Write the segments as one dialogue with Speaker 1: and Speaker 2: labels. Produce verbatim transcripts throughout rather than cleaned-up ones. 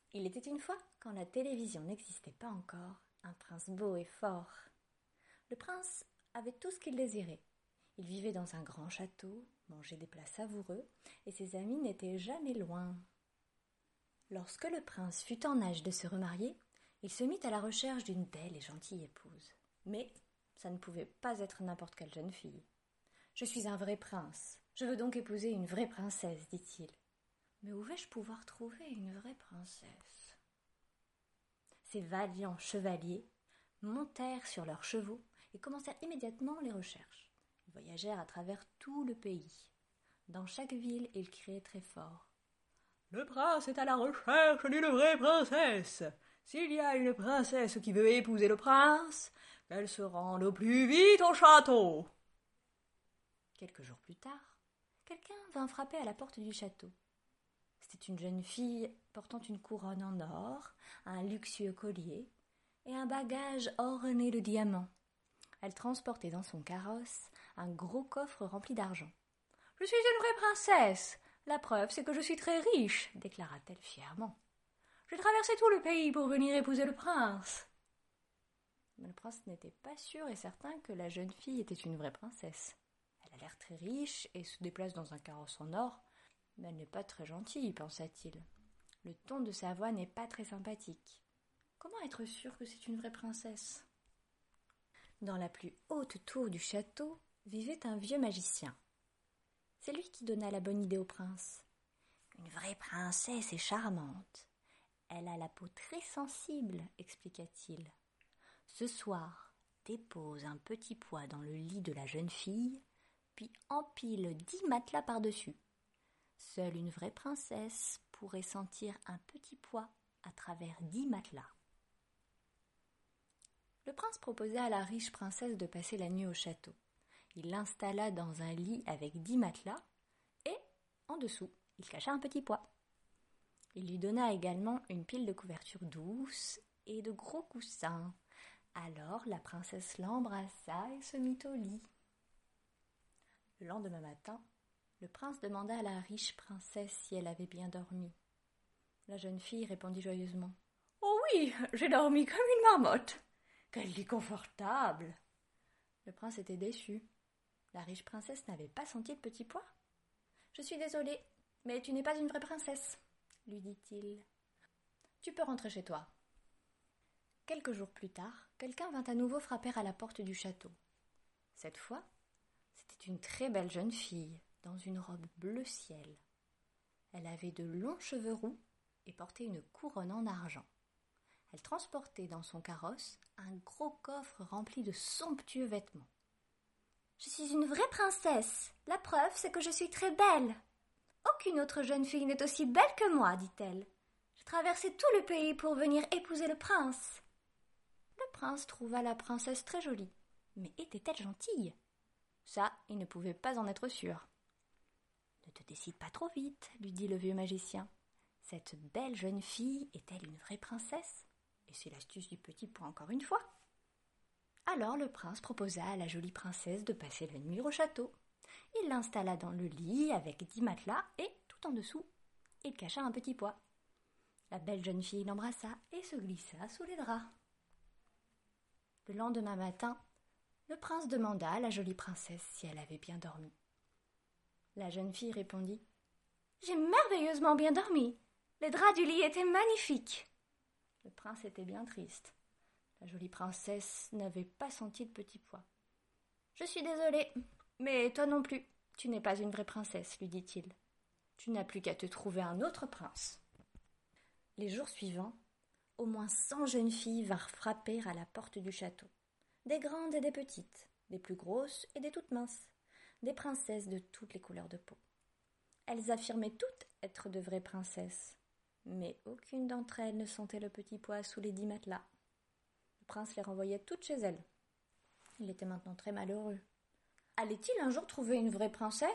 Speaker 1: Il était une fois, quand la télévision n'existait pas encore, un prince beau et fort. Le prince avait tout ce qu'il désirait. Il vivait dans un grand château, mangeait des plats savoureux, et ses amis n'étaient jamais loin. Lorsque le prince fut en âge de se remarier, il se mit à la recherche d'une belle et gentille épouse. Mais ça ne pouvait pas être n'importe quelle jeune fille. « Je suis un vrai prince, je veux donc épouser une vraie princesse, dit-il. Mais où vais-je pouvoir trouver une vraie princesse ?» Ces valiants chevaliers montèrent sur leurs chevaux et commencèrent immédiatement les recherches. Ils voyagèrent à travers tout le pays. Dans chaque ville, ils criaient très fort. « Le prince est à la recherche d'une vraie princesse. S'il y a une princesse qui veut épouser le prince, qu'elle se rende au plus vite au château. » Quelques jours plus tard, quelqu'un vint frapper à la porte du château. C'était une jeune fille portant une couronne en or, un luxueux collier et un bagage orné de diamants. Elle transportait dans son carrosse un gros coffre rempli d'argent. « Je suis une vraie princesse. La preuve, c'est que je suis très riche, » déclara-t-elle fièrement. « J'ai traversé tout le pays pour venir épouser le prince. » Mais le prince n'était pas sûr et certain que la jeune fille était une vraie princesse. Elle a l'air très riche et se déplace dans un carrosse en or, mais elle n'est pas très gentille, pensa-t-il. Le ton de sa voix n'est pas très sympathique. Comment être sûr que c'est une vraie princesse ? Dans la plus haute tour du château vivait un vieux magicien. C'est lui qui donna la bonne idée au prince. Une vraie princesse est charmante. Elle a la peau très sensible, expliqua-t-il. Ce soir, dépose un petit pois dans le lit de la jeune fille, puis empile dix matelas par-dessus. Seule une vraie princesse pourrait sentir un petit pois à travers dix matelas. Le prince proposa à la riche princesse de passer la nuit au château. Il l'installa dans un lit avec dix matelas et, en dessous, il cacha un petit pois. Il lui donna également une pile de couvertures douces et de gros coussins. Alors la princesse l'embrassa et se mit au lit. Le lendemain matin, le prince demanda à la riche princesse si elle avait bien dormi. La jeune fille répondit joyeusement. « Oh oui, j'ai dormi comme une marmotte. Quel lit confortable !» Le prince était déçu. La riche princesse n'avait pas senti le petit pois. « Je suis désolée, mais tu n'es pas une vraie princesse, » lui dit-il. « Tu peux rentrer chez toi. » Quelques jours plus tard, quelqu'un vint à nouveau frapper à la porte du château. Cette fois, c'était une très belle jeune fille, dans une robe bleu ciel. Elle avait de longs cheveux roux et portait une couronne en argent. Elle transportait dans son carrosse un gros coffre rempli de somptueux vêtements. « Je suis une vraie princesse. La preuve, c'est que je suis très belle. Aucune autre jeune fille n'est aussi belle que moi, dit-elle. J'ai traversé tout le pays pour venir épouser le prince. » Le prince trouva la princesse très jolie, mais était-elle gentille ? Ça, il ne pouvait pas en être sûr. « Ne te décide pas trop vite, » lui dit le vieux magicien. « Cette belle jeune fille est-elle une vraie princesse ? Et c'est l'astuce du petit pois encore une fois. » Alors le prince proposa à la jolie princesse de passer la nuit au château. Il l'installa dans le lit avec dix matelas et, tout en dessous, il cacha un petit pois. La belle jeune fille l'embrassa et se glissa sous les draps. Le lendemain matin, le prince demanda à la jolie princesse si elle avait bien dormi. La jeune fille répondit « J'ai merveilleusement bien dormi. Les draps du lit étaient magnifiques. » Le prince était bien triste. La jolie princesse n'avait pas senti le petit pois. « Je suis désolée, mais toi non plus. Tu n'es pas une vraie princesse, lui dit-il. Tu n'as plus qu'à te trouver un autre prince. » Les jours suivants, au moins cent jeunes filles vinrent frapper à la porte du château. Des grandes et des petites, des plus grosses et des toutes minces, des princesses de toutes les couleurs de peau. Elles affirmaient toutes être de vraies princesses, mais aucune d'entre elles ne sentait le petit pois sous les dix matelas. Le prince les renvoyait toutes chez elles. Il était maintenant très malheureux. Allait-il un jour trouver une vraie princesse ?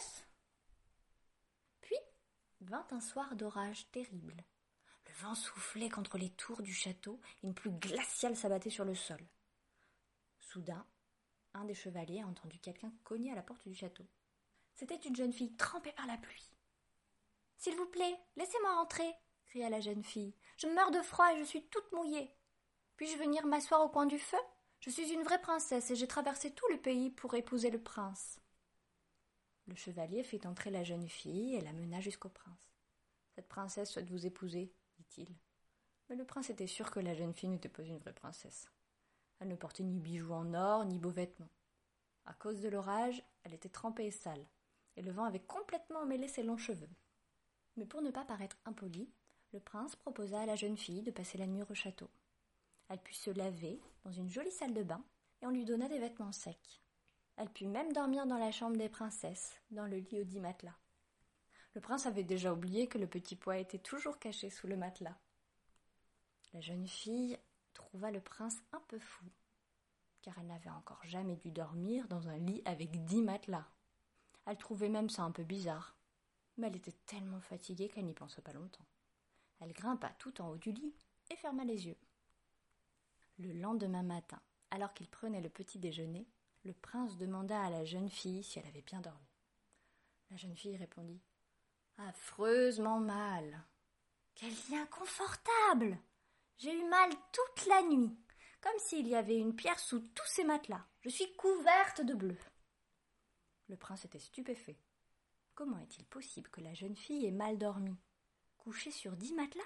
Speaker 1: Puis vint un soir d'orage terrible. Le vent soufflait contre les tours du château et une pluie glaciale s'abattait sur le sol. Soudain, un des chevaliers a entendu quelqu'un cogner à la porte du château. C'était une jeune fille trempée par la pluie. « S'il vous plaît, laissez-moi entrer !» cria la jeune fille. « Je meurs de froid et je suis toute mouillée. Puis-je venir m'asseoir au coin du feu ? Je suis une vraie princesse et j'ai traversé tout le pays pour épouser le prince. » Le chevalier fit entrer la jeune fille et la mena jusqu'au prince. « Cette princesse souhaite vous épouser, dit-il. » Mais le prince était sûr que la jeune fille n'était pas une vraie princesse. Elle ne portait ni bijoux en or, ni beaux vêtements. À cause de l'orage, elle était trempée et sale, et le vent avait complètement emmêlé ses longs cheveux. Mais pour ne pas paraître impoli, le prince proposa à la jeune fille de passer la nuit au château. Elle put se laver dans une jolie salle de bain, et on lui donna des vêtements secs. Elle put même dormir dans la chambre des princesses, dans le lit aux dix matelas. Le prince avait déjà oublié que le petit pois était toujours caché sous le matelas. La jeune fille trouva le prince un peu fou, car elle n'avait encore jamais dû dormir dans un lit avec dix matelas. Elle trouvait même ça un peu bizarre, mais elle était tellement fatiguée qu'elle n'y pensa pas longtemps. Elle grimpa tout en haut du lit et ferma les yeux. Le lendemain matin, alors qu'il prenait le petit déjeuner, le prince demanda à la jeune fille si elle avait bien dormi. La jeune fille répondit « Affreusement mal. Quel lit inconfortable! J'ai eu mal toute la nuit, comme s'il y avait une pierre sous tous ces matelas. Je suis couverte de bleu. » Le prince était stupéfait. Comment est-il possible que la jeune fille ait mal dormi, couchée sur dix matelas?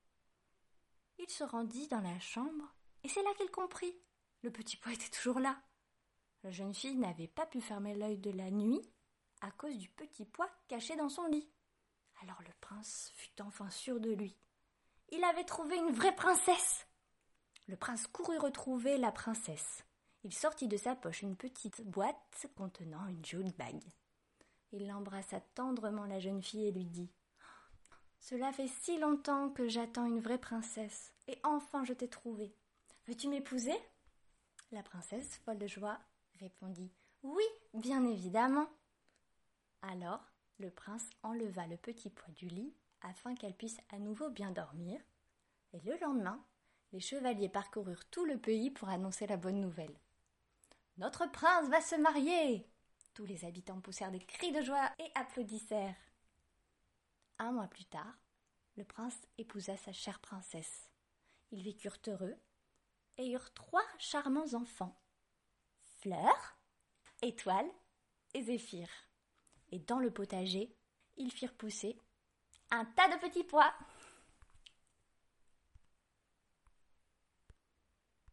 Speaker 1: Il se rendit dans la chambre, et c'est là qu'il comprit. Le petit pois était toujours là. La jeune fille n'avait pas pu fermer l'œil de la nuit à cause du petit pois caché dans son lit. Alors le prince fut enfin sûr de lui. Il avait trouvé une vraie princesse. Le prince courut retrouver la princesse. Il sortit de sa poche une petite boîte contenant une jolie bague. Il embrassa tendrement la jeune fille et lui dit « Cela fait si longtemps que j'attends une vraie princesse, et enfin je t'ai trouvée. Veux-tu m'épouser ?» La princesse, folle de joie, répondit « Oui, bien évidemment. » Alors, le prince enleva le petit pois du lit afin qu'elle puisse à nouveau bien dormir, et le lendemain, les chevaliers parcoururent tout le pays pour annoncer la bonne nouvelle. « Notre prince va se marier !» Tous les habitants poussèrent des cris de joie et applaudissèrent. Un mois plus tard, le prince épousa sa chère princesse. Ils vécurent heureux et eurent trois charmants enfants, Fleur, Étoile et Zéphyr. Et dans le potager, ils firent pousser un tas de petits pois.